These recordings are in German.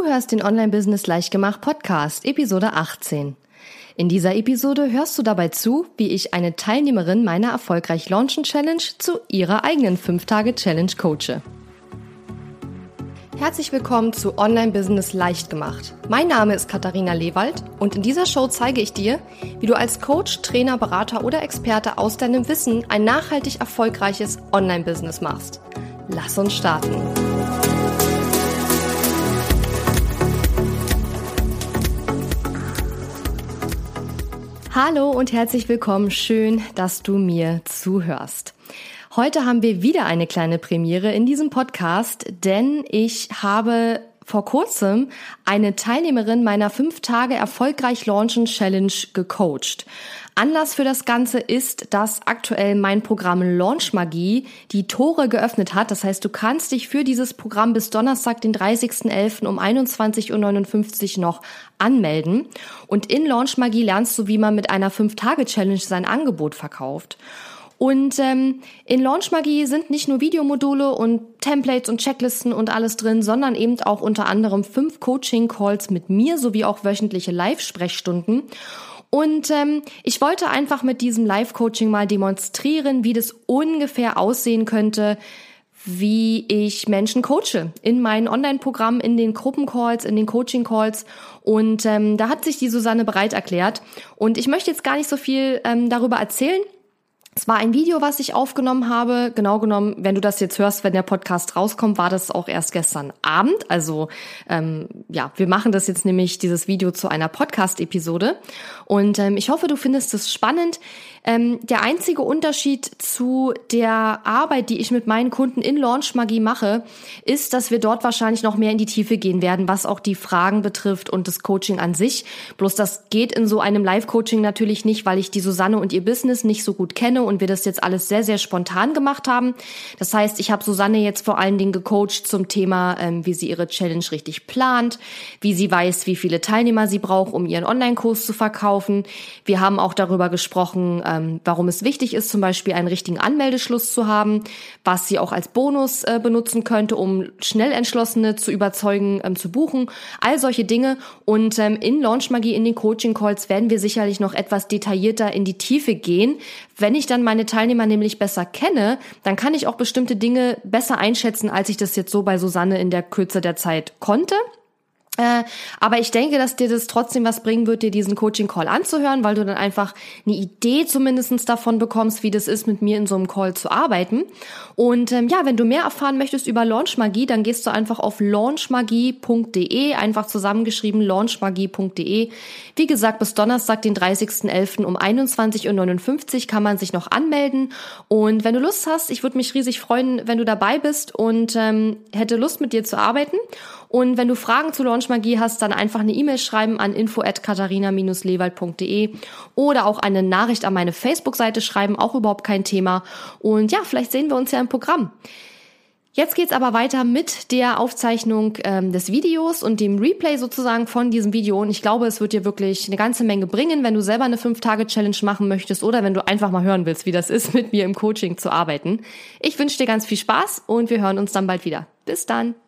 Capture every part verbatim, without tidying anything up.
hörst den Online-Business leicht gemacht Podcast, Episode achtzehn. In dieser Episode hörst du dabei zu, wie ich eine Teilnehmerin meiner Erfolgreich Launchen Challenge zu ihrer eigenen fünf Tage Challenge coache. Herzlich willkommen zu Online-Business leicht gemacht. Mein Name ist Katharina Lewald und in dieser Show zeige ich dir, wie du als Coach, Trainer, Berater oder Experte aus deinem Wissen ein nachhaltig erfolgreiches Online-Business machst. Lass uns starten. Hallo und herzlich willkommen. Schön, dass du mir zuhörst. Heute haben wir wieder eine kleine Premiere in diesem Podcast, denn ich habe vor kurzem eine Teilnehmerin meiner fünf Tage Erfolgreich Launchen Challenge gecoacht. Anlass für das Ganze ist, dass aktuell mein Programm Launch Magie die Tore geöffnet hat. Das heißt, du kannst dich für dieses Programm bis Donnerstag, den dreißigsten elften um einundzwanzig Uhr neunundfünfzig noch anmelden. Und in Launch Magie lernst du, wie man mit einer fünf Tage Challenge sein Angebot verkauft. Und ähm, in Launch Magie sind nicht nur Videomodule und Templates und Checklisten und alles drin, sondern eben auch unter anderem fünf Coaching-Calls mit mir sowie auch wöchentliche Live-Sprechstunden. Und ähm, ich wollte einfach mit diesem Live-Coaching mal demonstrieren, wie das ungefähr aussehen könnte, wie ich Menschen coache in meinen Online-Programmen, in den Gruppencalls, in den Coaching-Calls. Und ähm, da hat sich die Susanne bereit erklärt. Und ich möchte jetzt gar nicht so viel ähm, darüber erzählen. Es war ein Video, was ich aufgenommen habe. Genau genommen, wenn du das jetzt hörst, wenn der Podcast rauskommt, war das auch erst gestern Abend. Also ähm, ja, wir machen das jetzt nämlich, dieses Video, zu einer Podcast-Episode. Und ähm, ich hoffe, du findest es spannend. Ähm, der einzige Unterschied zu der Arbeit, die ich mit meinen Kunden in Launch Magie mache, ist, dass wir dort wahrscheinlich noch mehr in die Tiefe gehen werden, was auch die Fragen betrifft und das Coaching an sich. Bloß das geht in so einem Live-Coaching natürlich nicht, weil ich die Susanne und ihr Business nicht so gut kenne und wir das jetzt alles sehr, sehr spontan gemacht haben. Das heißt, ich habe Susanne jetzt vor allen Dingen gecoacht zum Thema, ähm, wie sie ihre Challenge richtig plant, wie sie weiß, wie viele Teilnehmer sie braucht, um ihren Online-Kurs zu verkaufen. Wir haben auch darüber gesprochen, ähm, warum es wichtig ist, zum Beispiel einen richtigen Anmeldeschluss zu haben, was sie auch als Bonus äh, benutzen könnte, um schnell Entschlossene zu überzeugen, ähm, zu buchen. All solche Dinge. Und ähm, in Launch Magie, in den Coaching-Calls werden wir sicherlich noch etwas detaillierter in die Tiefe gehen. Wenn ich dann meine Teilnehmer nämlich besser kenne, dann kann ich auch bestimmte Dinge besser einschätzen, als ich das jetzt so bei Susanne in der Kürze der Zeit konnte. Äh, aber ich denke, dass dir das trotzdem was bringen wird, dir diesen Coaching-Call anzuhören, weil du dann einfach eine Idee zumindest davon bekommst, wie das ist, mit mir in so einem Call zu arbeiten. Und ähm, ja, wenn du mehr erfahren möchtest über Launch Magie, dann gehst du einfach auf launchmagie punkt de, einfach zusammengeschrieben launchmagie punkt de. Wie gesagt, bis Donnerstag, den dreißigsten elften um einundzwanzig Uhr neunundfünfzig kann man sich noch anmelden. Und wenn du Lust hast, ich würde mich riesig freuen, wenn du dabei bist und ähm, hätte Lust, mit dir zu arbeiten. Und wenn du Fragen zu Launch Magie hast, dann einfach eine E-Mail schreiben an info at katharina dash lewald punkt de oder auch eine Nachricht an meine Facebook-Seite schreiben, auch überhaupt kein Thema. Und ja, vielleicht sehen wir uns ja im Programm. Jetzt geht's aber weiter mit der Aufzeichnung ähm, des Videos und dem Replay sozusagen von diesem Video. Und ich glaube, es wird dir wirklich eine ganze Menge bringen, wenn du selber eine fünf Tage Challenge machen möchtest oder wenn du einfach mal hören willst, wie das ist, mit mir im Coaching zu arbeiten. Ich wünsche dir ganz viel Spaß und wir hören uns dann bald wieder. Bis dann!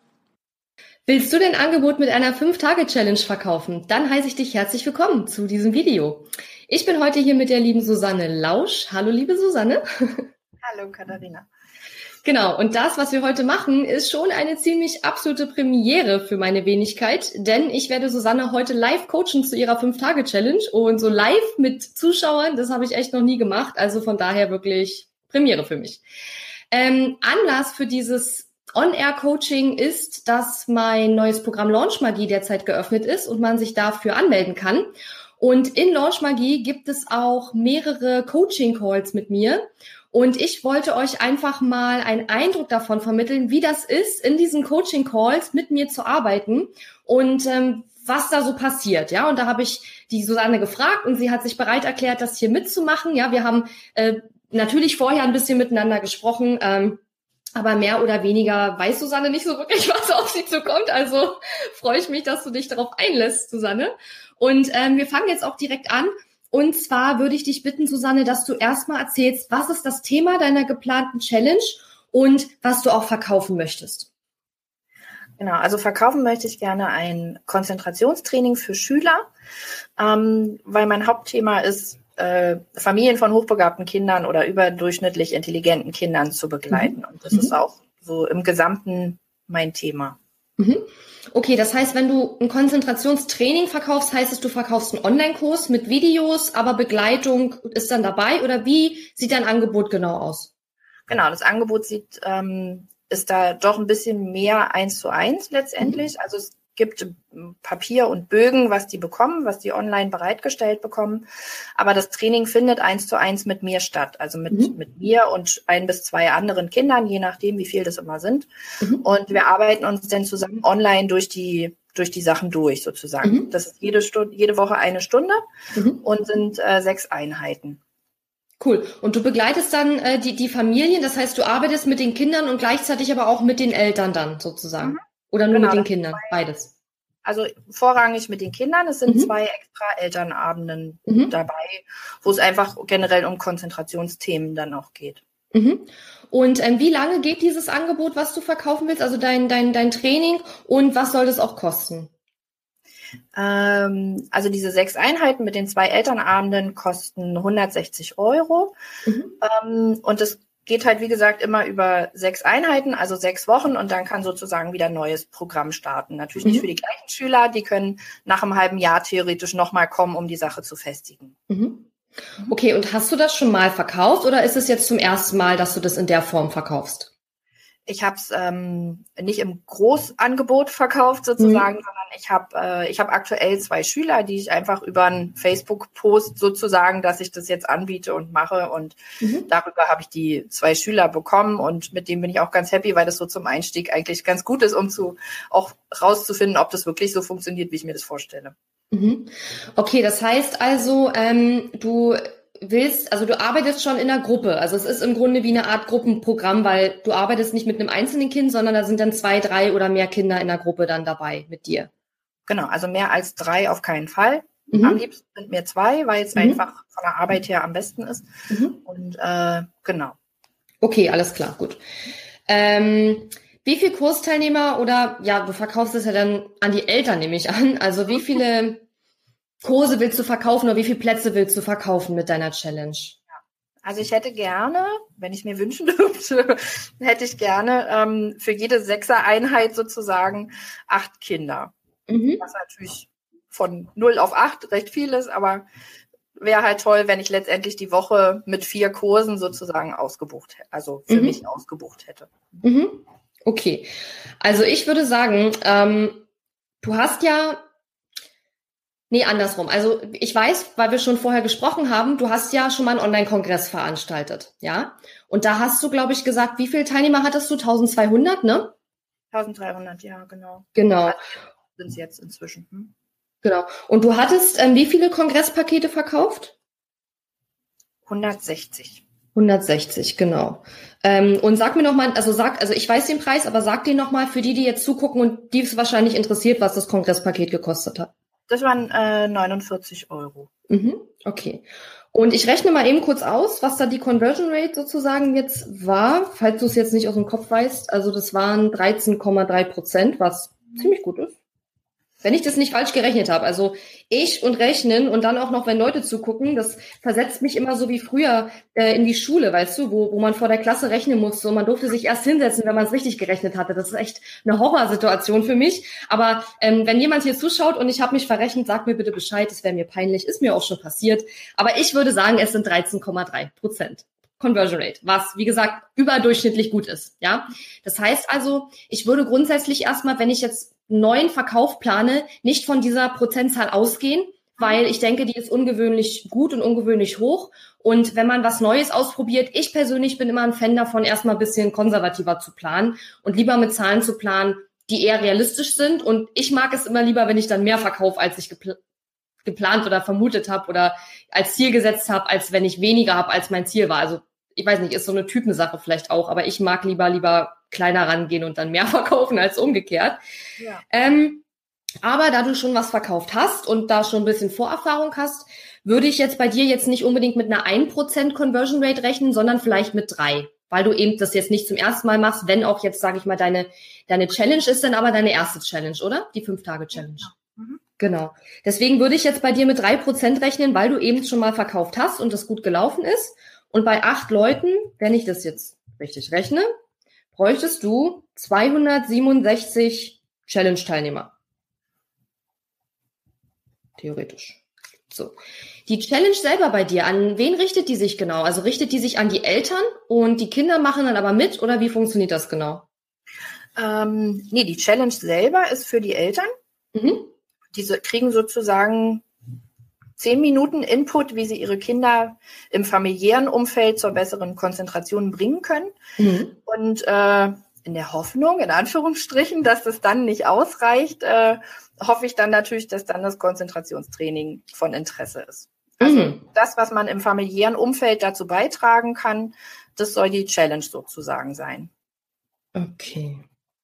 Willst du dein Angebot mit einer fünf Tage Challenge verkaufen? Dann heiße ich dich herzlich willkommen zu diesem Video. Ich bin heute hier mit der lieben Susanne Lausch. Hallo, liebe Susanne. Hallo, Katharina. Genau, und das, was wir heute machen, ist schon eine ziemlich absolute Premiere für meine Wenigkeit, denn ich werde Susanne heute live coachen zu ihrer fünf Tage Challenge und so live mit Zuschauern, das habe ich echt noch nie gemacht, also von daher wirklich Premiere für mich. Ähm, Anlass für dieses On-Air-Coaching ist, dass mein neues Programm Launch Magie derzeit geöffnet ist und man sich dafür anmelden kann. Und in Launch Magie gibt es auch mehrere Coaching-Calls mit mir. Und ich wollte euch einfach mal einen Eindruck davon vermitteln, wie das ist, in diesen Coaching-Calls mit mir zu arbeiten und ähm, was da so passiert. Ja, und da habe ich die Susanne gefragt und sie hat sich bereit erklärt, das hier mitzumachen. Ja, wir haben äh, natürlich vorher ein bisschen miteinander gesprochen, ähm, aber mehr oder weniger weiß Susanne nicht so wirklich, was auf sie zukommt. Also freue ich mich, dass du dich darauf einlässt, Susanne. Und ähm, wir fangen jetzt auch direkt an. Und zwar würde ich dich bitten, Susanne, dass du erstmal erzählst, was ist das Thema deiner geplanten Challenge und was du auch verkaufen möchtest. Genau, also verkaufen möchte ich gerne ein Konzentrationstraining für Schüler, ähm, weil mein Hauptthema ist, äh, Familien von hochbegabten Kindern oder überdurchschnittlich intelligenten Kindern zu begleiten. Und das Mhm. ist auch so im Gesamten mein Thema. Mhm. Okay, das heißt, wenn du ein Konzentrationstraining verkaufst, heißt es, du verkaufst einen Online-Kurs mit Videos, aber Begleitung ist dann dabei, oder wie sieht dein Angebot genau aus? Genau, das Angebot sieht, ähm, ist da doch ein bisschen mehr eins zu eins letztendlich. Mhm. Also es gibt Papier und Bögen, was die bekommen, was die online bereitgestellt bekommen. Aber das Training findet eins zu eins mit mir statt. Also mit, mhm. mit mir und ein bis zwei anderen Kindern, je nachdem, wie viel das immer sind. Mhm. Und wir arbeiten uns dann zusammen online durch die durch die Sachen durch, sozusagen. Mhm. Das ist jede Stunde, jede Woche eine Stunde mhm. und sind äh, sechs Einheiten. Cool. Und du begleitest dann äh, die, die Familien, das heißt, du arbeitest mit den Kindern und gleichzeitig aber auch mit den Eltern dann sozusagen. Mhm. Oder nur genau, mit den Kindern, zwei, beides. Also vorrangig mit den Kindern. Es sind mhm. zwei extra Elternabenden mhm. dabei, wo es einfach generell um Konzentrationsthemen dann auch geht. Mhm. Und ähm, wie lange geht dieses Angebot, was du verkaufen willst, also dein, dein, dein Training, und was soll das auch kosten? Ähm, also diese sechs Einheiten mit den zwei Elternabenden kosten hundertsechzig Euro. Mhm. Ähm, und es geht halt, wie gesagt, immer über sechs Einheiten, also sechs Wochen, und dann kann sozusagen wieder ein neues Programm starten. Natürlich mhm. nicht für die gleichen Schüler, die können nach einem halben Jahr theoretisch nochmal kommen, um die Sache zu festigen. Mhm. Okay, und hast du das schon mal verkauft oder ist es jetzt zum ersten Mal, dass du das in der Form verkaufst? Ich habe es ähm, nicht im Großangebot verkauft sozusagen, mhm. sondern ich habe äh, ich habe aktuell zwei Schüler, die ich einfach über einen Facebook-Post sozusagen, dass ich das jetzt anbiete und mache, und mhm. darüber habe ich die zwei Schüler bekommen, und mit denen bin ich auch ganz happy, weil das so zum Einstieg eigentlich ganz gut ist, um zu auch rauszufinden, ob das wirklich so funktioniert, wie ich mir das vorstelle. Mhm. Okay, das heißt also, ähm, du willst, also du arbeitest schon in einer Gruppe. Also es ist im Grunde wie eine Art Gruppenprogramm, weil du arbeitest nicht mit einem einzelnen Kind, sondern da sind dann zwei, drei oder mehr Kinder in der Gruppe dann dabei mit dir. Genau, also mehr als drei auf keinen Fall. Mhm. Am liebsten sind mir zwei, weil es mhm. einfach von der Arbeit her am besten ist. Mhm. Und äh, genau. Okay, alles klar, gut. Ähm, wie viele Kursteilnehmer, oder ja, du verkaufst es ja dann an die Eltern, nehme ich an. Also wie viele Kurse willst du verkaufen oder wie viele Plätze willst du verkaufen mit deiner Challenge? Also ich hätte gerne, wenn ich mir wünschen dürfte, hätte ich gerne ähm, für jede Sechser-Einheit sozusagen acht Kinder. Mhm. Was natürlich von null auf acht recht viel ist, aber wäre halt toll, wenn ich letztendlich die Woche mit vier Kursen sozusagen ausgebucht hätte, also für mhm. mich ausgebucht hätte. Mhm. Okay, also ich würde sagen, ähm, du hast ja Nee, andersrum. Also ich weiß, weil wir schon vorher gesprochen haben, du hast ja schon mal einen Online-Kongress veranstaltet, ja? Und da hast du, glaube ich, gesagt, wie viele Teilnehmer hattest du? zwölfhundert, ne? dreizehnhundert, ja, genau. Genau. Also sind es jetzt inzwischen. Hm? Genau. Und du hattest ähm, wie viele Kongresspakete verkauft? hundertsechzig. hundertsechzig, genau. Ähm, und sag mir noch mal, also sag, also ich weiß den Preis, aber sag den noch mal für die, die jetzt zugucken und die es wahrscheinlich interessiert, was das Kongresspaket gekostet hat. Das waren äh, neunundvierzig Euro. Mhm, okay. Und ich rechne mal eben kurz aus, was da die Conversion Rate sozusagen jetzt war, falls du es jetzt nicht aus dem Kopf weißt. Also das waren dreizehn Komma drei Prozent, was ziemlich gut ist. Wenn ich das nicht falsch gerechnet habe. Also ich und Rechnen und dann auch noch, wenn Leute zugucken, das versetzt mich immer so wie früher äh, in die Schule, weißt du, wo, wo man vor der Klasse rechnen musste und man durfte sich erst hinsetzen, wenn man es richtig gerechnet hatte. Das ist echt eine Horrorsituation für mich. Aber ähm, wenn jemand hier zuschaut und ich habe mich verrechnet, sag mir bitte Bescheid, das wäre mir peinlich, ist mir auch schon passiert. Aber ich würde sagen, es sind dreizehn Komma drei Prozent. Conversion Rate, was, wie gesagt, überdurchschnittlich gut ist, ja. Das heißt also, ich würde grundsätzlich erstmal, wenn ich jetzt einen neuen Verkauf plane, nicht von dieser Prozentzahl ausgehen, weil ich denke, die ist ungewöhnlich gut und ungewöhnlich hoch. Und wenn man was Neues ausprobiert, ich persönlich bin immer ein Fan davon, erstmal ein bisschen konservativer zu planen und lieber mit Zahlen zu planen, die eher realistisch sind. Und ich mag es immer lieber, wenn ich dann mehr verkaufe, als ich gepl- geplant oder vermutet habe oder als Ziel gesetzt habe, als wenn ich weniger habe, als mein Ziel war. Also ich weiß nicht, ist so eine Typensache vielleicht auch, aber ich mag lieber lieber kleiner rangehen und dann mehr verkaufen als umgekehrt. Ja. Ähm, aber da du schon was verkauft hast und da schon ein bisschen Vorerfahrung hast, würde ich jetzt bei dir jetzt nicht unbedingt mit einer ein Prozent Conversion Rate rechnen, sondern vielleicht mit drei. weil du eben das jetzt nicht zum ersten Mal machst, wenn auch jetzt, sage ich mal, deine deine Challenge ist dann aber deine erste Challenge, oder? Die Fünf-Tage-Challenge. Ja. Mhm. Genau. Deswegen würde ich jetzt bei dir mit drei Prozent rechnen, weil du eben schon mal verkauft hast und das gut gelaufen ist. Und bei acht Leuten, wenn ich das jetzt richtig rechne, bräuchtest du zweihundertsiebenundsechzig Challenge-Teilnehmer. Theoretisch. So. Die Challenge selber bei dir, an wen richtet die sich genau? Also richtet die sich an die Eltern und die Kinder machen dann aber mit oder wie funktioniert das genau? Ähm, nee, die Challenge selber ist für die Eltern. Mhm. Diese kriegen sozusagen zehn Minuten Input, wie sie ihre Kinder im familiären Umfeld zur besseren Konzentration bringen können. Mhm. Und äh, in der Hoffnung, in Anführungsstrichen, dass das dann nicht ausreicht, äh, hoffe ich dann natürlich, dass dann das Konzentrationstraining von Interesse ist. Also mhm. das, was man im familiären Umfeld dazu beitragen kann, das soll die Challenge sozusagen sein. Okay.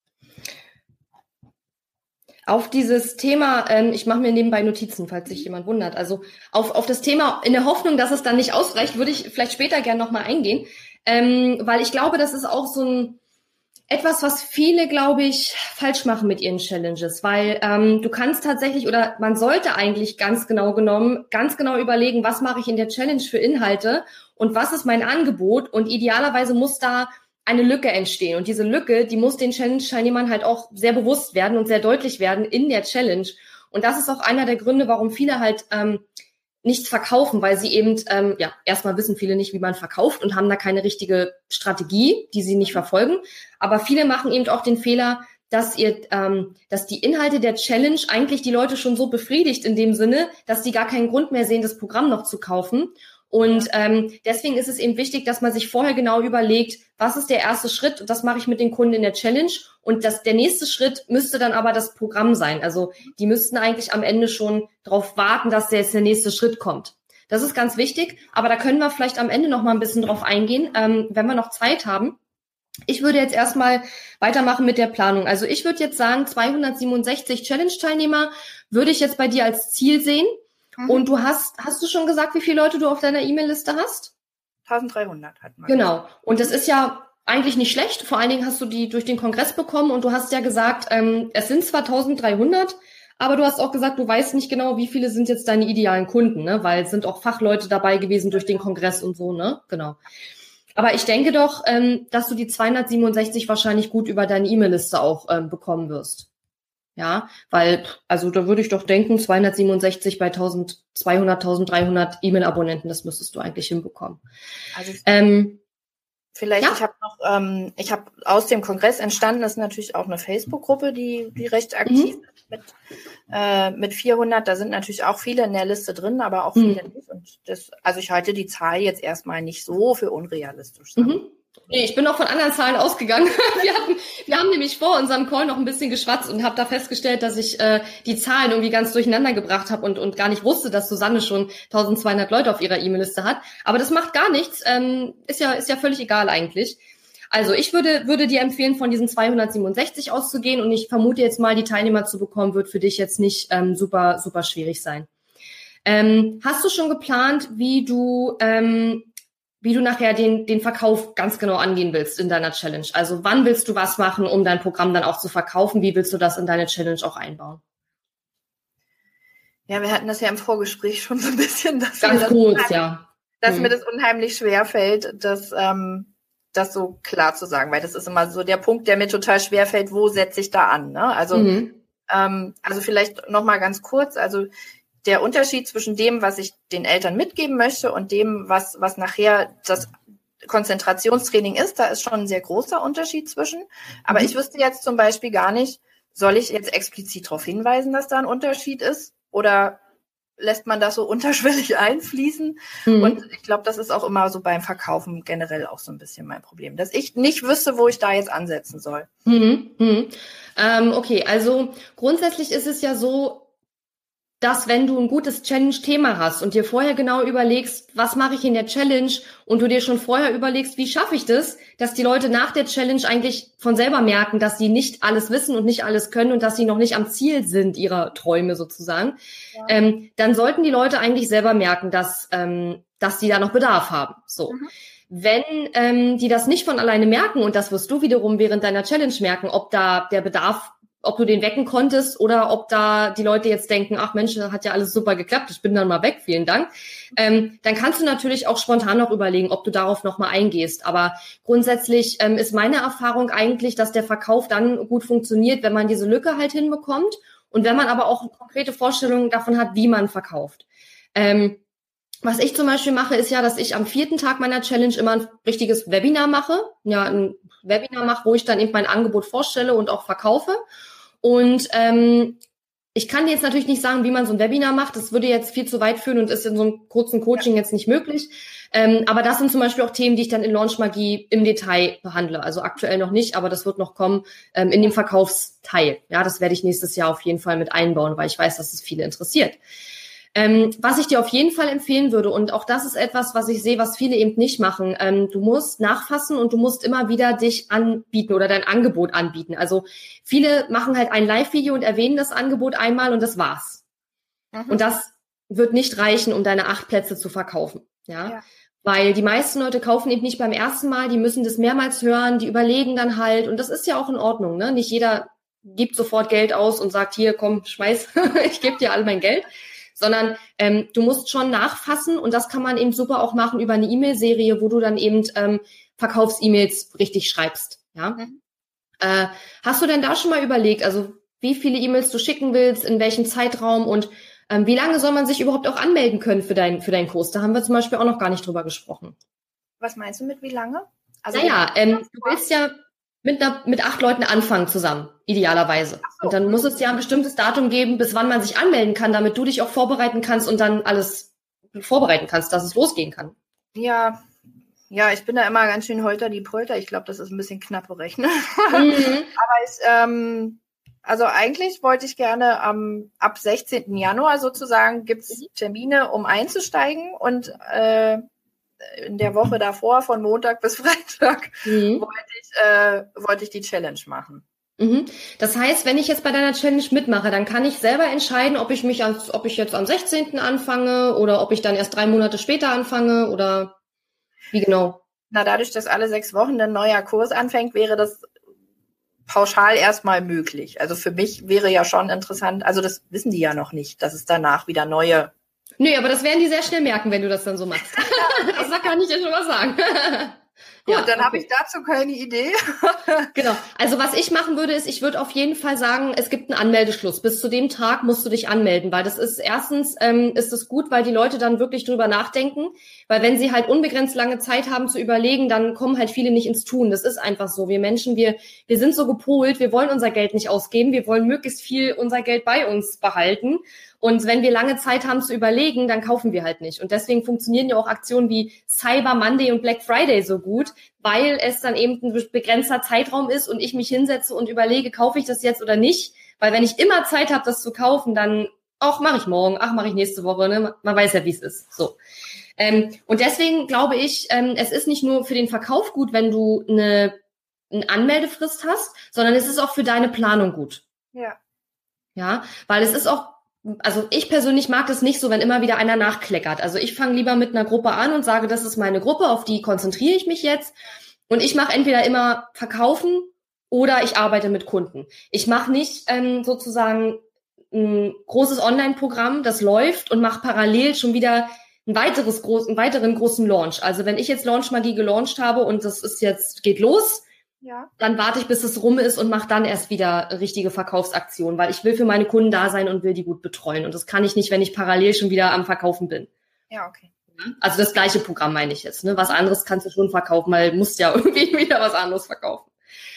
Auf dieses Thema, ähm, ich mache mir nebenbei Notizen, falls sich jemand wundert. Also auf, auf das Thema, in der Hoffnung, dass es dann nicht ausreicht, würde ich vielleicht später gerne nochmal eingehen. Ähm, weil ich glaube, das ist auch so ein etwas, was viele, glaube ich, falsch machen mit ihren Challenges. Weil ähm, du kannst tatsächlich, oder man sollte eigentlich ganz genau genommen, ganz genau überlegen, was mache ich in der Challenge für Inhalte und was ist mein Angebot. Und idealerweise muss da eine Lücke entstehen. Und diese Lücke, die muss den Challenge-Teilnehmern halt auch sehr bewusst werden und sehr deutlich werden in der Challenge. Und das ist auch einer der Gründe, warum viele halt ähm, nichts verkaufen, weil sie eben, ähm, ja, erstmal wissen viele nicht, wie man verkauft und haben da keine richtige Strategie, die sie nicht verfolgen. Aber viele machen eben auch den Fehler, dass ihr, ähm, dass die Inhalte der Challenge eigentlich die Leute schon so befriedigt in dem Sinne, dass sie gar keinen Grund mehr sehen, das Programm noch zu kaufen. Und ähm, deswegen ist es eben wichtig, dass man sich vorher genau überlegt, was ist der erste Schritt? Und das mache ich mit den Kunden in der Challenge. Und das, der nächste Schritt müsste dann aber das Programm sein. Also die müssten eigentlich am Ende schon darauf warten, dass jetzt der nächste Schritt kommt. Das ist ganz wichtig. Aber da können wir vielleicht am Ende noch mal ein bisschen drauf eingehen, ähm, wenn wir noch Zeit haben. Ich würde jetzt erstmal weitermachen mit der Planung. Also ich würde jetzt sagen, zweihundertsiebenundsechzig Challenge-Teilnehmer würde ich jetzt bei dir als Ziel sehen. Und du hast, hast du schon gesagt, wie viele Leute du auf deiner E-Mail-Liste hast? dreizehnhundert hat man. Genau. Und das ist ja eigentlich nicht schlecht. Vor allen Dingen hast du die durch den Kongress bekommen und du hast ja gesagt, ähm, es sind zwar dreizehnhundert, aber du hast auch gesagt, du weißt nicht genau, wie viele sind jetzt deine idealen Kunden, ne? Weil es sind auch Fachleute dabei gewesen durch den Kongress und so, ne? Genau. Aber ich denke doch, ähm, dass du die zweihundertsiebenundsechzig wahrscheinlich gut über deine E-Mail-Liste auch ähm, bekommen wirst. Ja, weil, also da würde ich doch denken, zweihundertsiebenundsechzig bei zwölfhundert, dreizehnhundert E-Mail-Abonnenten, das müsstest du eigentlich hinbekommen. Also ähm, vielleicht, ja? ich habe noch, ähm, ich habe aus dem Kongress entstanden, ist natürlich auch eine Facebook-Gruppe, die die recht aktiv mhm. ist mit äh, mit vierhundert. Da sind natürlich auch viele in der Liste drin, aber auch viele mhm. nicht. Und das, also ich halte die Zahl jetzt erstmal nicht so für unrealistisch. Mhm. Nee, ich bin auch von anderen Zahlen ausgegangen. Wir hatten, wir haben nämlich vor unserem Call noch ein bisschen geschwatzt und habe da festgestellt, dass ich äh, die Zahlen irgendwie ganz durcheinander gebracht habe und und gar nicht wusste, dass Susanne schon zwölfhundert Leute auf ihrer E-Mail-Liste hat. Aber das macht gar nichts. Ähm, ist ja ist ja völlig egal eigentlich. Also ich würde würde dir empfehlen, von diesen zweihundertsiebenundsechzig auszugehen und ich vermute jetzt mal, die Teilnehmer zu bekommen, wird für dich jetzt nicht ähm, super super schwierig sein. Ähm, hast du schon geplant, wie du ähm, wie du nachher den, den Verkauf ganz genau angehen willst in deiner Challenge? Also wann willst du was machen, um dein Programm dann auch zu verkaufen? Wie willst du das in deine Challenge auch einbauen? Ja, wir hatten das ja im Vorgespräch schon so ein bisschen. Dass ganz das kurz, ja. Dass hm. mir das unheimlich schwer fällt, das, ähm, das so klar zu sagen, weil das ist immer so der Punkt, der mir total schwer fällt, wo setze ich da an? Ne? Also, mhm. ähm, also vielleicht noch mal ganz kurz, also der Unterschied zwischen dem, was ich den Eltern mitgeben möchte und dem, was, was nachher das Konzentrationstraining ist, da ist schon ein sehr großer Unterschied zwischen. Aber mhm. ich wüsste jetzt zum Beispiel gar nicht, soll ich jetzt explizit darauf hinweisen, dass da ein Unterschied ist? Oder lässt man das so unterschwellig einfließen? Mhm. Und ich glaube, das ist auch immer so beim Verkaufen generell auch so ein bisschen mein Problem, dass ich nicht wüsste, wo ich da jetzt ansetzen soll. Mhm. Mhm. Ähm, okay, also grundsätzlich ist es ja so, dass wenn du ein gutes Challenge-Thema hast und dir vorher genau überlegst, was mache ich in der Challenge und du dir schon vorher überlegst, wie schaffe ich das, dass die Leute nach der Challenge eigentlich von selber merken, dass sie nicht alles wissen und nicht alles können und dass sie noch nicht am Ziel sind ihrer Träume sozusagen, ja. ähm, dann sollten die Leute eigentlich selber merken, dass ähm, dass die da noch Bedarf haben. So. Mhm. Wenn ähm, die das nicht von alleine merken, und das wirst du wiederum während deiner Challenge merken, ob da der Bedarf, ob du den wecken konntest oder ob da die Leute jetzt denken, ach Mensch, das hat ja alles super geklappt, ich bin dann mal weg, vielen Dank. Ähm, dann kannst du natürlich auch spontan noch überlegen, ob du darauf nochmal eingehst. Aber grundsätzlich ähm, ist meine Erfahrung eigentlich, dass der Verkauf dann gut funktioniert, wenn man diese Lücke halt hinbekommt und wenn man aber auch konkrete Vorstellungen davon hat, wie man verkauft. Ähm, Was ich zum Beispiel mache, ist ja, dass ich am vierten Tag meiner Challenge immer ein richtiges Webinar mache. Ja, ein Webinar mache, wo ich dann eben mein Angebot vorstelle und auch verkaufe. Und ähm, ich kann dir jetzt natürlich nicht sagen, wie man so ein Webinar macht. Das würde jetzt viel zu weit führen und ist in so einem kurzen Coaching jetzt nicht möglich. Ähm, aber das sind zum Beispiel auch Themen, die ich dann in Launch Magie im Detail behandle. Also aktuell noch nicht, aber das wird noch kommen ähm, in dem Verkaufsteil. Ja, das werde ich nächstes Jahr auf jeden Fall mit einbauen, weil ich weiß, dass es viele interessiert. Ähm, was ich dir auf jeden Fall empfehlen würde, und auch das ist etwas, was ich sehe, was viele eben nicht machen, ähm, du musst nachfassen und du musst immer wieder dich anbieten oder dein Angebot anbieten. Also viele machen halt ein Live-Video und erwähnen das Angebot einmal und das war's. Mhm. Und das wird nicht reichen, um deine acht Plätze zu verkaufen. Ja? ja, weil die meisten Leute kaufen eben nicht beim ersten Mal, die müssen das mehrmals hören, die überlegen dann halt, und das ist ja auch in Ordnung, ne? Nicht jeder gibt sofort Geld aus und sagt, hier, komm, schmeiß, ich gebe dir all mein Geld. Sondern ähm, du musst schon nachfassen und das kann man eben super auch machen über eine E-Mail-Serie, wo du dann eben ähm, Verkaufs-E-Mails richtig schreibst. Ja. Mhm. Äh, hast du denn da schon mal überlegt, also wie viele E-Mails du schicken willst, in welchem Zeitraum und ähm, wie lange soll man sich überhaupt auch anmelden können für deinen für deinen Kurs? Da haben wir zum Beispiel auch noch gar nicht drüber gesprochen. Was meinst du mit wie lange? Also naja, ähm, du willst ja mit einer, mit acht Leuten anfangen zusammen, idealerweise. So. Und dann muss es ja ein bestimmtes Datum geben, bis wann man sich anmelden kann, damit du dich auch vorbereiten kannst und dann alles vorbereiten kannst, dass es losgehen kann. Ja, ja, ich bin da immer ganz schön holter die Polter. Ich glaube, das ist ein bisschen knappe Rechnen. Mhm. Aber ich, ähm, also eigentlich wollte ich gerne ähm, ab sechzehnten Januar sozusagen gibt's mhm. Termine, um einzusteigen und äh, in der Woche davor, von Montag bis Freitag, mhm. wollte ich, äh, wollte ich die Challenge machen. Mhm. Das heißt, wenn ich jetzt bei deiner Challenge mitmache, dann kann ich selber entscheiden, ob ich mich als, ob ich jetzt am sechzehnten anfange oder ob ich dann erst drei Monate später anfange oder wie genau? Na, dadurch, dass alle sechs Wochen ein neuer Kurs anfängt, wäre das pauschal erstmal möglich. Also für mich wäre ja schon interessant, also das wissen die ja noch nicht, dass es danach wieder neue Nö, aber das werden die sehr schnell merken, wenn du das dann so machst. Das kann ich dir schon mal sagen. Gut, ja, dann okay. habe ich dazu keine Idee. Genau. Also was ich machen würde, ist, ich würde auf jeden Fall sagen, es gibt einen Anmeldeschluss. Bis zu dem Tag musst du dich anmelden, weil das ist erstens ähm, ist es gut, weil die Leute dann wirklich drüber nachdenken, weil wenn sie halt unbegrenzt lange Zeit haben zu überlegen, dann kommen halt viele nicht ins Tun. Das ist einfach so. Wir Menschen, wir wir sind so gepolt, wir wollen unser Geld nicht ausgeben, wir wollen möglichst viel unser Geld bei uns behalten. Und wenn wir lange Zeit haben zu überlegen, dann kaufen wir halt nicht. Und deswegen funktionieren ja auch Aktionen wie Cyber Monday und Black Friday so gut, weil es dann eben ein begrenzter Zeitraum ist und ich mich hinsetze und überlege, kaufe ich das jetzt oder nicht? Weil wenn ich immer Zeit habe, das zu kaufen, dann, ach, mache ich morgen, ach, mache ich nächste Woche. Ne? Man weiß ja, wie es ist. So. Ähm, und deswegen glaube ich, ähm, es ist nicht nur für den Verkauf gut, wenn du eine, eine Anmeldefrist hast, sondern es ist auch für deine Planung gut. Ja. Ja, weil es ist auch, also ich persönlich mag das nicht so, wenn immer wieder einer nachkleckert. Also ich fange lieber mit einer Gruppe an und sage, das ist meine Gruppe, auf die konzentriere ich mich jetzt. Und ich mache entweder immer Verkaufen oder ich arbeite mit Kunden. Ich mache nicht ähm, sozusagen ein großes Online-Programm, das läuft und mache parallel schon wieder ein weiteres groß, einen weiteren großen Launch. Also wenn ich jetzt Launch Magie gelauncht habe und das ist jetzt, geht los, ja. Dann warte ich, bis es rum ist und mache dann erst wieder richtige Verkaufsaktionen, weil ich will für meine Kunden da sein und will die gut betreuen. Und das kann ich nicht, wenn ich parallel schon wieder am Verkaufen bin. Ja, okay. Also das gleiche Programm meine ich jetzt. Ne? Was anderes kannst du schon verkaufen, weil du musst ja irgendwie wieder was anderes verkaufen.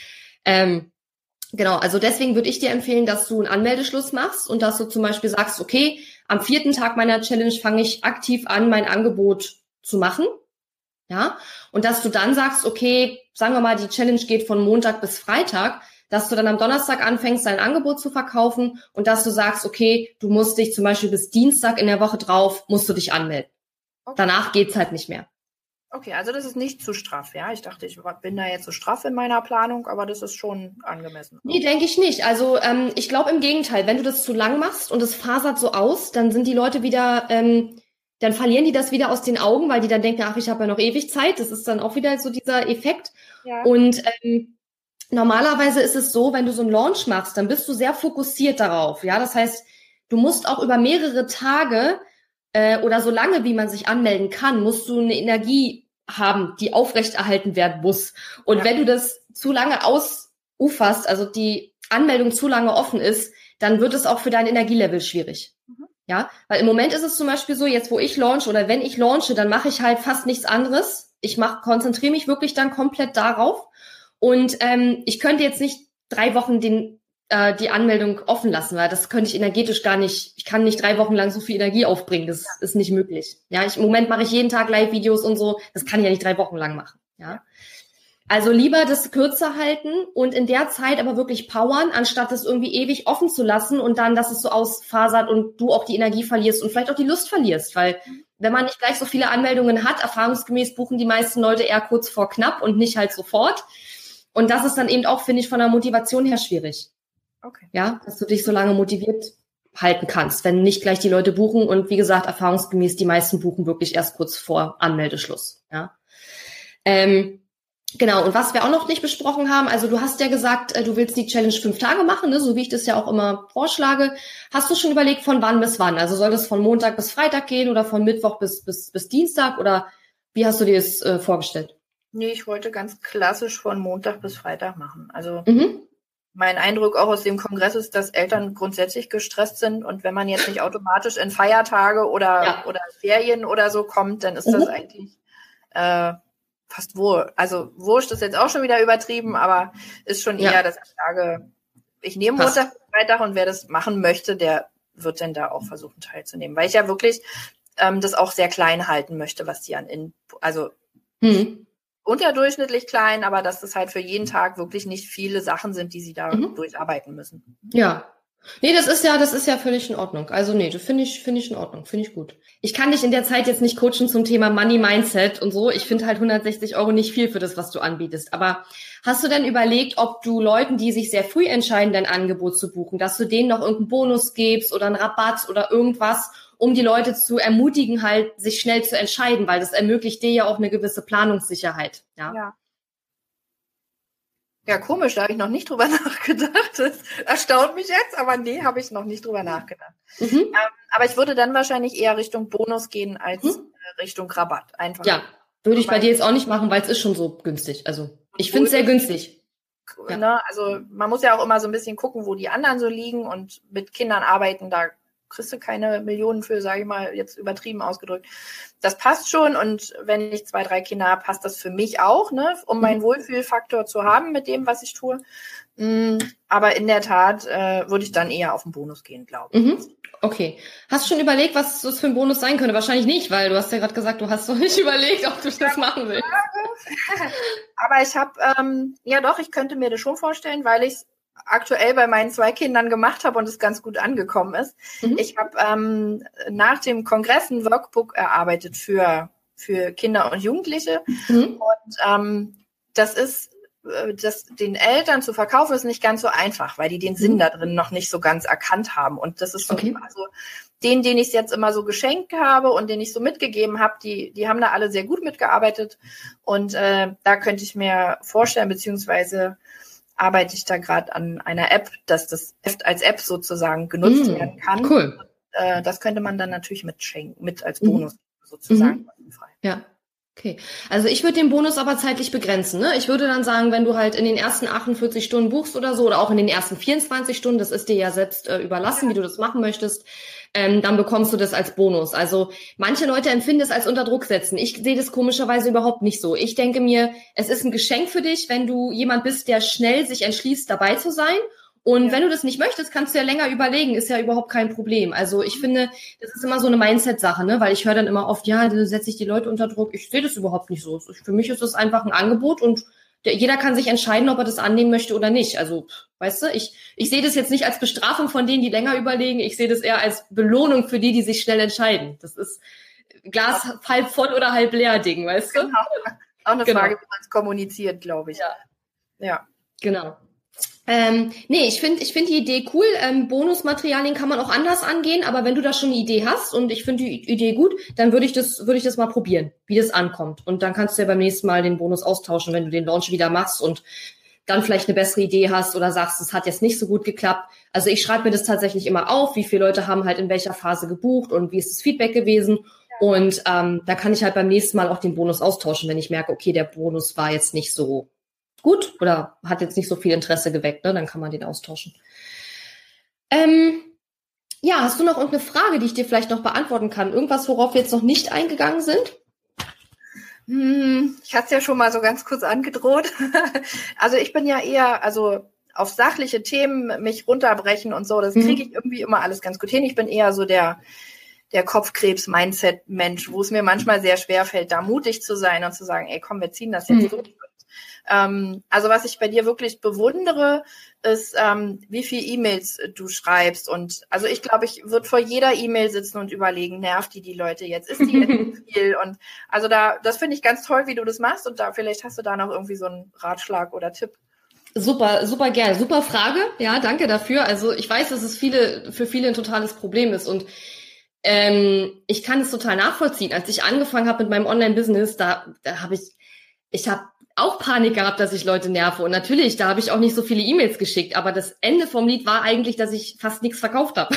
Ähm, genau, also deswegen würde ich dir empfehlen, dass du einen Anmeldeschluss machst und dass du zum Beispiel sagst, okay, am vierten Tag meiner Challenge fange ich aktiv an, mein Angebot zu machen. Ja, und dass du dann sagst, okay, sagen wir mal, die Challenge geht von Montag bis Freitag, dass du dann am Donnerstag anfängst, dein Angebot zu verkaufen und dass du sagst, okay, du musst dich zum Beispiel bis Dienstag in der Woche drauf, musst du dich anmelden. Okay. Danach geht's halt nicht mehr. Okay, also das ist nicht zu straff, ja? Ich dachte, ich bin da jetzt so straff in meiner Planung, aber das ist schon angemessen. Nee, denke ich nicht. Also ähm, ich glaube im Gegenteil, wenn du das zu lang machst und es fasert so aus, dann sind die Leute wieder... Ähm, dann verlieren die das wieder aus den Augen, weil die dann denken, ach, ich habe ja noch ewig Zeit. Das ist dann auch wieder so dieser Effekt. Ja. Und ähm, normalerweise ist es so, wenn du so einen Launch machst, dann bist du sehr fokussiert darauf. Ja, das heißt, du musst auch über mehrere Tage äh, oder so lange, wie man sich anmelden kann, musst du eine Energie haben, die aufrechterhalten werden muss. Und ja. wenn du das zu lange ausuferst, also die Anmeldung zu lange offen ist, dann wird es auch für dein Energielevel schwierig. Mhm. Ja, weil im Moment ist es zum Beispiel so, jetzt wo ich launch oder wenn ich launche, dann mache ich halt fast nichts anderes. Ich mach, konzentriere mich wirklich dann komplett darauf. Und ähm, ich könnte jetzt nicht drei Wochen den äh, die Anmeldung offen lassen, weil das könnte ich energetisch gar nicht, ich kann nicht drei Wochen lang so viel Energie aufbringen, das ja. ist nicht möglich. Ja, ich, im Moment mache ich jeden Tag Live-Videos und so, das kann ich ja nicht drei Wochen lang machen. Ja, also lieber das kürzer halten und in der Zeit aber wirklich powern, anstatt das irgendwie ewig offen zu lassen und dann, dass es so ausfasert und du auch die Energie verlierst und vielleicht auch die Lust verlierst, weil wenn man nicht gleich so viele Anmeldungen hat, erfahrungsgemäß buchen die meisten Leute eher kurz vor knapp und nicht halt sofort. Und das ist dann eben auch, finde ich, von der Motivation her schwierig. Okay. Ja, dass du dich so lange motiviert halten kannst, wenn nicht gleich die Leute buchen. Und wie gesagt, erfahrungsgemäß, die meisten buchen wirklich erst kurz vor Anmeldeschluss. Ja. Ähm, genau, und was wir auch noch nicht besprochen haben, also du hast ja gesagt, du willst die Challenge fünf Tage machen, ne, so wie ich das ja auch immer vorschlage. Hast du schon überlegt, von wann bis wann? Also soll das von Montag bis Freitag gehen oder von Mittwoch bis bis bis Dienstag? Oder wie hast du dir das äh, vorgestellt? Nee, ich wollte ganz klassisch von Montag bis Freitag machen. Also mhm. mein Eindruck auch aus dem Kongress ist, dass Eltern grundsätzlich gestresst sind und wenn man jetzt nicht automatisch in Feiertage oder ja. oder Ferien oder so kommt, dann ist mhm. das eigentlich äh, fast wohl. Also wurscht ist jetzt auch schon wieder übertrieben, aber ist schon eher, ja. dass ich sage, ich nehme Montag bis Freitag und wer das machen möchte, der wird dann da auch versuchen teilzunehmen. Weil ich ja wirklich ähm, das auch sehr klein halten möchte, was die an in also mhm. unterdurchschnittlich klein, aber dass das halt für jeden Tag wirklich nicht viele Sachen sind, die sie da mhm. durcharbeiten müssen. Ja. Nee, das ist ja, das ist ja völlig in Ordnung. Also nee, das finde ich, finde ich in Ordnung, finde ich gut. Ich kann dich in der Zeit jetzt nicht coachen zum Thema Money Mindset und so. Ich finde halt hundertsechzig Euro nicht viel für das, was du anbietest. Aber hast du denn überlegt, ob du Leuten, die sich sehr früh entscheiden, dein Angebot zu buchen, dass du denen noch irgendeinen Bonus gibst oder einen Rabatt oder irgendwas, um die Leute zu ermutigen, halt sich schnell zu entscheiden, weil das ermöglicht dir ja auch eine gewisse Planungssicherheit. Ja. Ja. Ja, komisch, da habe ich noch nicht drüber nachgedacht. Das erstaunt mich jetzt, aber nee, habe ich noch nicht drüber nachgedacht. Mhm. Ähm, aber ich würde dann wahrscheinlich eher Richtung Bonus gehen als mhm. Richtung Rabatt. Einfach. Ja, würde ich bei dir jetzt auch nicht machen, weil es ist schon so günstig. Also ich finde es sehr günstig. Ja. Ne, also man muss ja auch immer so ein bisschen gucken, wo die anderen so liegen und mit Kindern arbeiten, da kriegst du keine Millionen für, sage ich mal, jetzt übertrieben ausgedrückt. Das passt schon und wenn ich zwei, drei Kinder habe, passt das für mich auch, ne, um meinen Wohlfühlfaktor zu haben mit dem, was ich tue. Aber in der Tat äh, würde ich dann eher auf den Bonus gehen, glaube ich. Mhm. Okay. Hast du schon überlegt, was das für ein Bonus sein könnte? Wahrscheinlich nicht, weil du hast ja gerade gesagt, du hast noch nicht überlegt, ob du das machen willst. Aber ich habe, ähm, ja doch, ich könnte mir das schon vorstellen, weil ich aktuell bei meinen zwei Kindern gemacht habe und es ganz gut angekommen ist. Mhm. Ich habe ähm, nach dem Kongress ein Workbook erarbeitet für für Kinder und Jugendliche. Mhm. Und ähm, das ist, äh, das den Eltern zu verkaufen, ist nicht ganz so einfach, weil die den Sinn mhm. da drin noch nicht so ganz erkannt haben. Und das ist so, okay. also denen, denen ich es jetzt immer so geschenkt habe und denen ich so mitgegeben habe, die die haben da alle sehr gut mitgearbeitet. Und äh, da könnte ich mir vorstellen, beziehungsweise arbeite ich da gerade an einer App, dass das Heft als App sozusagen genutzt mm, werden kann. Cool. Und, äh, das könnte man dann natürlich mitschenken, mit als Bonus mm. sozusagen. Mm. Ja, okay. Also ich würde den Bonus aber zeitlich begrenzen. Ne? Ich würde dann sagen, wenn du halt in den ersten achtundvierzig Stunden buchst oder so, oder auch in den ersten vierundzwanzig Stunden, das ist dir ja selbst äh, überlassen, ja. wie du das machen möchtest, ähm, dann bekommst du das als Bonus. Also manche Leute empfinden es als unter Druck setzen. Ich sehe das komischerweise überhaupt nicht so. Ich denke mir, es ist ein Geschenk für dich, wenn du jemand bist, der schnell sich entschließt, dabei zu sein. Und ja. wenn du das nicht möchtest, kannst du ja länger überlegen, ist ja überhaupt kein Problem. Also ich finde, das ist immer so eine Mindset-Sache, ne? Weil ich höre dann immer oft, ja, da setze ich die Leute unter Druck. Ich sehe das überhaupt nicht so. Für mich ist das einfach ein Angebot und der, jeder kann sich entscheiden, ob er das annehmen möchte oder nicht. Also, weißt du, ich ich sehe das jetzt nicht als Bestrafung von denen, die länger überlegen. Ich sehe das eher als Belohnung für die, die sich schnell entscheiden. Das ist Glas halb voll oder halb leer Ding, weißt du? Genau. Auch eine genau. Frage, wie man es kommuniziert, glaube ich. Ja. Ja. Genau. Ähm, nee, ich finde ich finde die Idee cool. Ähm, Bonusmaterialien kann man auch anders angehen, aber wenn du da schon eine Idee hast und ich finde die Idee gut, dann würde ich das würde ich das mal probieren, wie das ankommt. Und dann kannst du ja beim nächsten Mal den Bonus austauschen, wenn du den Launch wieder machst und dann vielleicht eine bessere Idee hast oder sagst, es hat jetzt nicht so gut geklappt. Also ich schreibe mir das tatsächlich immer auf, wie viele Leute haben halt in welcher Phase gebucht und wie ist das Feedback gewesen. Und ähm, da kann ich halt beim nächsten Mal auch den Bonus austauschen, wenn ich merke, okay, der Bonus war jetzt nicht so gut oder hat jetzt nicht so viel Interesse geweckt, ne? Dann kann man den austauschen. Ähm, ja, hast du noch irgendeine Frage, die ich dir vielleicht noch beantworten kann? Irgendwas, worauf wir jetzt noch nicht eingegangen sind? Hm, ich hatte es ja schon mal so ganz kurz angedroht. Also ich bin ja eher, also auf sachliche Themen mich runterbrechen und so, das kriege ich irgendwie immer alles ganz gut hin. Ich bin eher so der der Kopfkrebs-Mindset-Mensch, wo es mir manchmal sehr schwer fällt, da mutig zu sein und zu sagen, ey, komm, wir ziehen das jetzt mhm. durch. Ähm, also was ich bei dir wirklich bewundere, ist, ähm, wie viel E-Mails du schreibst. Und also ich glaube, ich würde vor jeder E-Mail sitzen und überlegen, nervt die die Leute jetzt? Ist die jetzt zu viel? Und also da, das finde ich ganz toll, wie du das machst. Und da vielleicht hast du da noch irgendwie so einen Ratschlag oder Tipp. Super, super gerne. Super Frage. Ja, danke dafür. Also ich weiß, dass es viele, für viele ein totales Problem ist und Ähm, ich kann es total nachvollziehen. Als ich angefangen habe mit meinem Online-Business, da, da habe ich, ich habe auch Panik gehabt, dass ich Leute nerve. Und natürlich, da habe ich auch nicht so viele E-Mails geschickt. Aber das Ende vom Lied war eigentlich, dass ich fast nichts verkauft habe.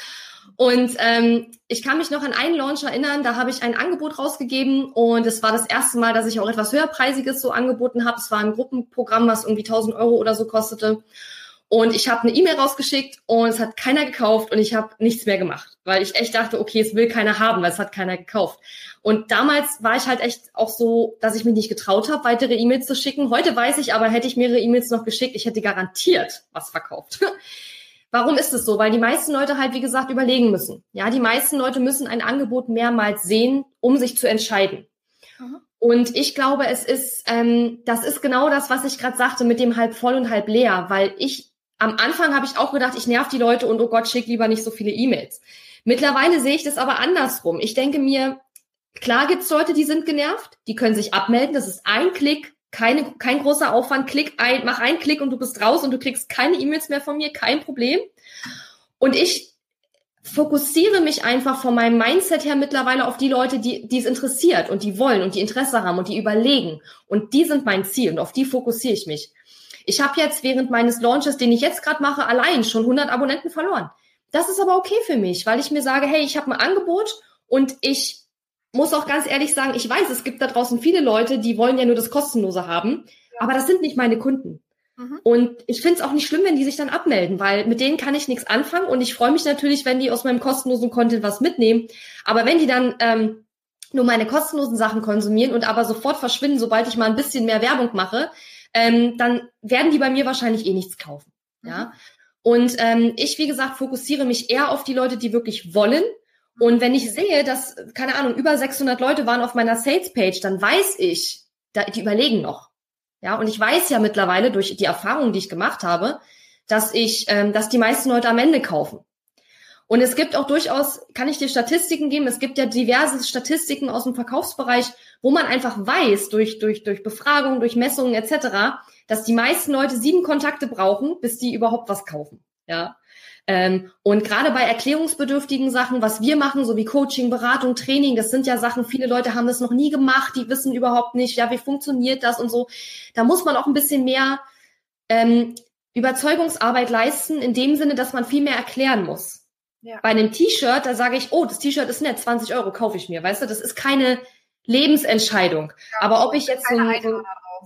Und ähm, ich kann mich noch an einen Launch erinnern, da habe ich ein Angebot rausgegeben und es war das erste Mal, dass ich auch etwas höherpreisiges so angeboten habe. Es war ein Gruppenprogramm, was irgendwie tausend Euro oder so kostete. Und ich habe eine E-Mail rausgeschickt und es hat keiner gekauft und ich habe nichts mehr gemacht, weil ich echt dachte, okay, es will keiner haben, weil es hat keiner gekauft. Und damals war ich halt echt auch so, dass ich mich nicht getraut habe, weitere E-Mails zu schicken. Heute weiß ich aber, hätte ich mehrere E-Mails noch geschickt, ich hätte garantiert was verkauft. Warum ist es so? Weil die meisten Leute halt, wie gesagt, überlegen müssen. Ja, die meisten Leute müssen ein Angebot mehrmals sehen, um sich zu entscheiden. Mhm. Und ich glaube, es ist, ähm, das ist genau das, was ich gerade sagte, mit dem halb voll und halb leer, weil ich am Anfang habe ich auch gedacht, ich nerv die Leute und oh Gott, schick lieber nicht so viele E-Mails. Mittlerweile sehe ich das aber andersrum. Ich denke mir, klar gibt's Leute, die sind genervt, die können sich abmelden. Das ist ein Klick, keine, kein großer Aufwand. Klick ein, mach einen Klick und du bist raus und du kriegst keine E-Mails mehr von mir, kein Problem. Und ich fokussiere mich einfach von meinem Mindset her mittlerweile auf die Leute, die, die es interessiert und die wollen und die Interesse haben und die überlegen. Und die sind mein Ziel und auf die fokussiere ich mich. Ich habe jetzt während meines Launches, den ich jetzt gerade mache, allein schon hundert Abonnenten verloren. Das ist aber okay für mich, weil ich mir sage, hey, ich habe ein Angebot und ich muss auch ganz ehrlich sagen, ich weiß, es gibt da draußen viele Leute, die wollen ja nur das Kostenlose haben, ja. aber das sind nicht meine Kunden. Mhm. Und ich finde es auch nicht schlimm, wenn die sich dann abmelden, weil mit denen kann ich nichts anfangen und ich freue mich natürlich, wenn die aus meinem kostenlosen Content was mitnehmen. Aber wenn die dann ähm, nur meine kostenlosen Sachen konsumieren und aber sofort verschwinden, sobald ich mal ein bisschen mehr Werbung mache, Ähm, dann werden die bei mir wahrscheinlich eh nichts kaufen. Ja. Mhm. Und ähm, ich, wie gesagt, fokussiere mich eher auf die Leute, die wirklich wollen. Und wenn ich sehe, dass, keine Ahnung, über sechshundert Leute waren auf meiner Sales-Page, dann weiß ich, da, die überlegen noch. Ja. Und ich weiß ja mittlerweile durch die Erfahrungen, die ich gemacht habe, dass ich, ähm, dass die meisten Leute am Ende kaufen. Und es gibt auch durchaus, kann ich dir Statistiken geben, es gibt ja diverse Statistiken aus dem Verkaufsbereich, wo man einfach weiß, durch durch durch Befragungen, durch Messungen et cetera, dass die meisten Leute sieben Kontakte brauchen, bis die überhaupt was kaufen. Ja. Ähm, und gerade bei erklärungsbedürftigen Sachen, was wir machen, so wie Coaching, Beratung, Training, das sind ja Sachen, viele Leute haben das noch nie gemacht, die wissen überhaupt nicht, ja, wie funktioniert das und so. Da muss man auch ein bisschen mehr ähm, Überzeugungsarbeit leisten, in dem Sinne, dass man viel mehr erklären muss. Ja. Bei einem T-Shirt, da sage ich, oh, das T-Shirt ist nett, zwanzig Euro kaufe ich mir, weißt du, das ist keine Lebensentscheidung. Ja, aber ob ich jetzt so, so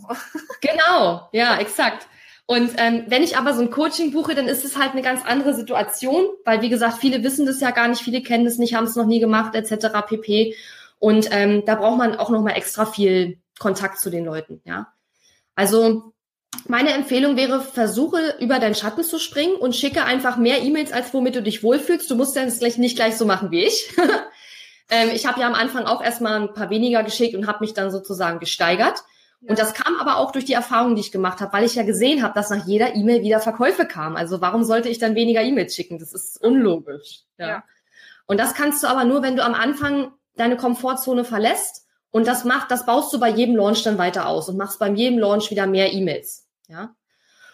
genau, ja, exakt. Und ähm, wenn ich aber so ein Coaching buche, dann ist es halt eine ganz andere Situation, weil wie gesagt, viele wissen das ja gar nicht, viele kennen das nicht, haben es noch nie gemacht, et cetera pp. Und ähm, da braucht man auch noch mal extra viel Kontakt zu den Leuten, ja. Also meine Empfehlung wäre, versuche über deinen Schatten zu springen und schicke einfach mehr E-Mails, als womit du dich wohlfühlst. Du musst das gleich nicht gleich so machen wie ich. ähm, ich habe ja am Anfang auch erstmal ein paar weniger geschickt und habe mich dann sozusagen gesteigert. Ja. Und das kam aber auch durch die Erfahrung, die ich gemacht habe, weil ich ja gesehen habe, dass nach jeder E-Mail wieder Verkäufe kamen. Also warum sollte ich dann weniger E-Mails schicken? Das ist unlogisch. Ja. Ja. Und das kannst du aber nur, wenn du am Anfang deine Komfortzone verlässt. Und das macht, das baust du bei jedem Launch dann weiter aus und machst bei jedem Launch wieder mehr E-Mails. Ja.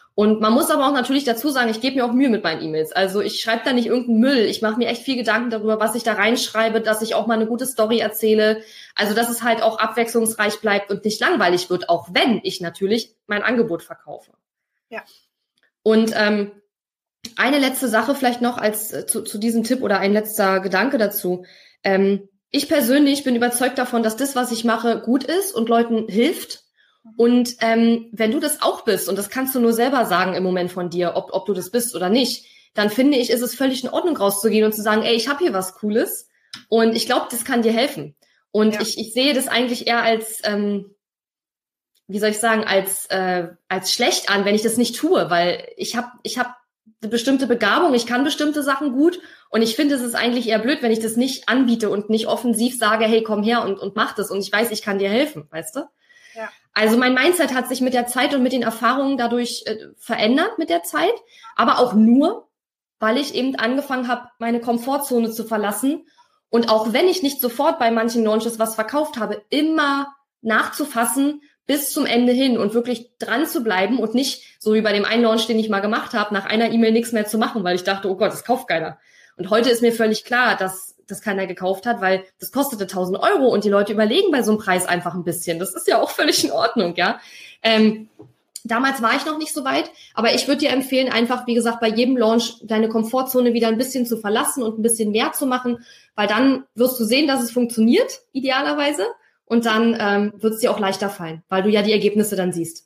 Und man muss aber auch natürlich dazu sagen, ich gebe mir auch Mühe mit meinen E-Mails. Also ich schreibe da nicht irgendeinen Müll. Ich mache mir echt viel Gedanken darüber, was ich da reinschreibe, dass ich auch mal eine gute Story erzähle. Also dass es halt auch abwechslungsreich bleibt und nicht langweilig wird, auch wenn ich natürlich mein Angebot verkaufe. Ja. Und ähm, eine letzte Sache vielleicht noch als äh, zu, zu diesem Tipp oder ein letzter Gedanke dazu. Ähm, ich persönlich bin überzeugt davon, dass das, was ich mache, gut ist und Leuten hilft. Und ähm, wenn du das auch bist, und das kannst du nur selber sagen im Moment von dir, ob, ob du das bist oder nicht, dann finde ich, ist es völlig in Ordnung, rauszugehen und zu sagen, ey, ich habe hier was Cooles und ich glaube, das kann dir helfen. Und ja. ich, ich sehe das eigentlich eher als, ähm, wie soll ich sagen, als äh, als schlecht an, wenn ich das nicht tue, weil ich habe ich hab eine bestimmte Begabung, ich kann bestimmte Sachen gut und ich finde, es ist eigentlich eher blöd, wenn ich das nicht anbiete und nicht offensiv sage, hey, komm her und, und mach das und ich weiß, ich kann dir helfen, weißt du? Ja. Also mein Mindset hat sich mit der Zeit und mit den Erfahrungen dadurch äh, verändert mit der Zeit, aber auch nur, weil ich eben angefangen habe, meine Komfortzone zu verlassen und auch wenn ich nicht sofort bei manchen Launches was verkauft habe, immer nachzufassen bis zum Ende hin und wirklich dran zu bleiben und nicht, so wie bei dem einen Launch, den ich mal gemacht habe, nach einer E-Mail nichts mehr zu machen, weil ich dachte, oh Gott, das kauft keiner. Und heute ist mir völlig klar, dass das keiner gekauft hat, weil das kostete tausend Euro und die Leute überlegen bei so einem Preis einfach ein bisschen. Das ist ja auch völlig in Ordnung, ja. Ähm, damals war ich noch nicht so weit, aber ich würde dir empfehlen, einfach, wie gesagt, bei jedem Launch deine Komfortzone wieder ein bisschen zu verlassen und ein bisschen mehr zu machen, weil dann wirst du sehen, dass es funktioniert, idealerweise, und dann ähm, wird es dir auch leichter fallen, weil du ja die Ergebnisse dann siehst.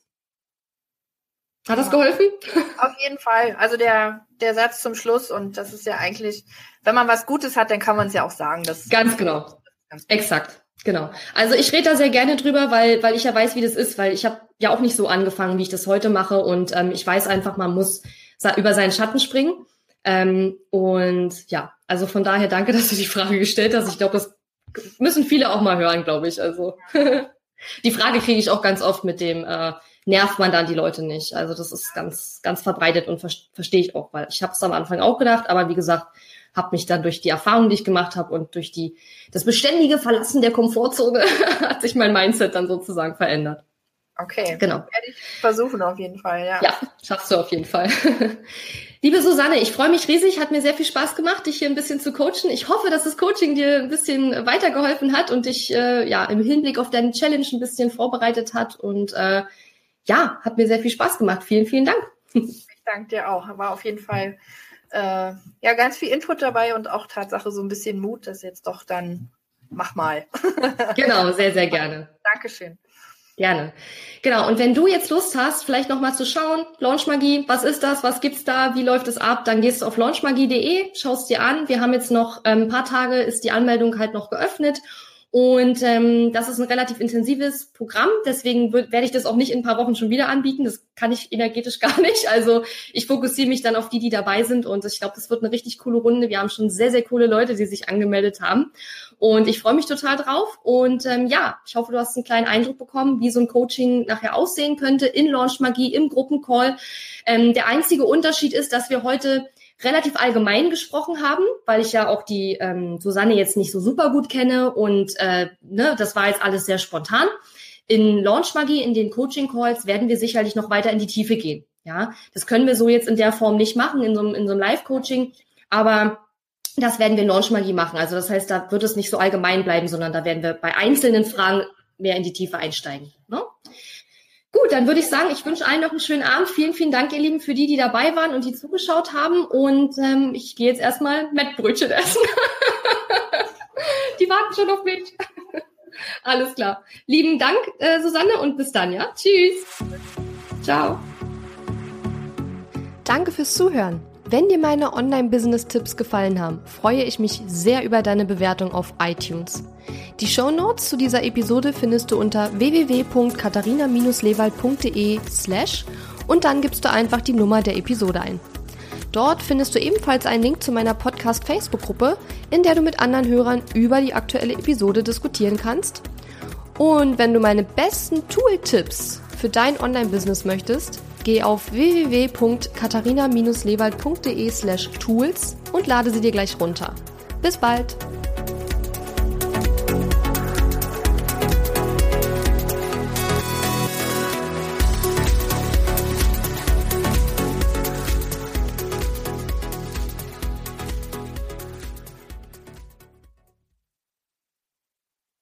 Hat das geholfen? Auf jeden Fall. Also der der Satz zum Schluss, und das ist ja eigentlich, wenn man was Gutes hat, dann kann man es ja auch sagen. Das ganz genau. Ganz Exakt. Genau. Also ich rede da sehr gerne drüber, weil weil ich ja weiß, wie das ist, weil ich habe ja auch nicht so angefangen, wie ich das heute mache und ähm, ich weiß einfach, man muss über seinen Schatten springen. Ähm, und ja, also von daher danke, dass du die Frage gestellt hast. Ich glaube, das müssen viele auch mal hören, glaube ich. Also die Frage kriege ich auch ganz oft mit dem äh, nervt man dann die Leute nicht. Also das ist ganz ganz verbreitet und ver- verstehe ich auch, weil ich habe es am Anfang auch gedacht, aber wie gesagt, habe mich dann durch die Erfahrungen, die ich gemacht habe und durch die das beständige Verlassen der Komfortzone hat sich mein Mindset dann sozusagen verändert. Okay, genau. Werde ich versuchen auf jeden Fall, ja. Ja, schaffst du auf jeden Fall. Liebe Susanne, ich freue mich riesig, hat mir sehr viel Spaß gemacht, dich hier ein bisschen zu coachen. Ich hoffe, dass das Coaching dir ein bisschen weitergeholfen hat und dich äh, ja im Hinblick auf deine Challenge ein bisschen vorbereitet hat und äh, ja, hat mir sehr viel Spaß gemacht. Vielen, vielen Dank. Ich danke dir auch. War auf jeden Fall äh, ja ganz viel Input dabei und auch Tatsache so ein bisschen Mut, dass jetzt doch dann mach mal. Genau, sehr, sehr gerne. Dankeschön. Gerne. Genau. Und wenn du jetzt Lust hast, vielleicht nochmal zu schauen, Launchmagie, was ist das, was gibt's da, wie läuft es ab, dann gehst du auf launchmagie punkt de, schaust dir an. Wir haben jetzt noch ähm, ein paar Tage, ist die Anmeldung halt noch geöffnet. Und ähm, das ist ein relativ intensives Programm, deswegen w- werde ich das auch nicht in ein paar Wochen schon wieder anbieten. Das kann ich energetisch gar nicht. Also ich fokussiere mich dann auf die, die dabei sind und ich glaube, das wird eine richtig coole Runde. Wir haben schon sehr, sehr coole Leute, die sich angemeldet haben und ich freue mich total drauf. Und ähm, ja, ich hoffe, du hast einen kleinen Eindruck bekommen, wie so ein Coaching nachher aussehen könnte in Launchmagie, im Gruppencall. Ähm, der einzige Unterschied ist, dass wir heute relativ allgemein gesprochen haben, weil ich ja auch die ähm, Susanne jetzt nicht so super gut kenne und äh, ne, das war jetzt alles sehr spontan. In Launchmagie, in den Coaching-Calls werden wir sicherlich noch weiter in die Tiefe gehen. Ja, das können wir so jetzt in der Form nicht machen, in so einem, in so einem Live-Coaching, aber das werden wir in Launchmagie machen. Also das heißt, da wird es nicht so allgemein bleiben, sondern da werden wir bei einzelnen Fragen mehr in die Tiefe einsteigen. Ne? Gut, dann würde ich sagen, ich wünsche allen noch einen schönen Abend. Vielen, vielen Dank, ihr Lieben, für die, die dabei waren und die zugeschaut haben. Und ähm, ich gehe jetzt erstmal Mettbrötchen essen. Die warten schon auf mich. Alles klar. Lieben Dank, äh, Susanne, und bis dann, ja? Tschüss. Ciao. Danke fürs Zuhören. Wenn dir meine Online-Business-Tipps gefallen haben, freue ich mich sehr über deine Bewertung auf iTunes. Die Shownotes zu dieser Episode findest du unter w w w punkt katharina bindestrich lewald punkt de slash und dann gibst du einfach die Nummer der Episode ein. Dort findest du ebenfalls einen Link zu meiner Podcast-Facebook-Gruppe, in der du mit anderen Hörern über die aktuelle Episode diskutieren kannst. Und wenn du meine besten Tool-Tipps für dein Online-Business möchtest, geh auf w w w punkt katharina bindestrich lewald punkt de slash tools und lade sie dir gleich runter. Bis bald!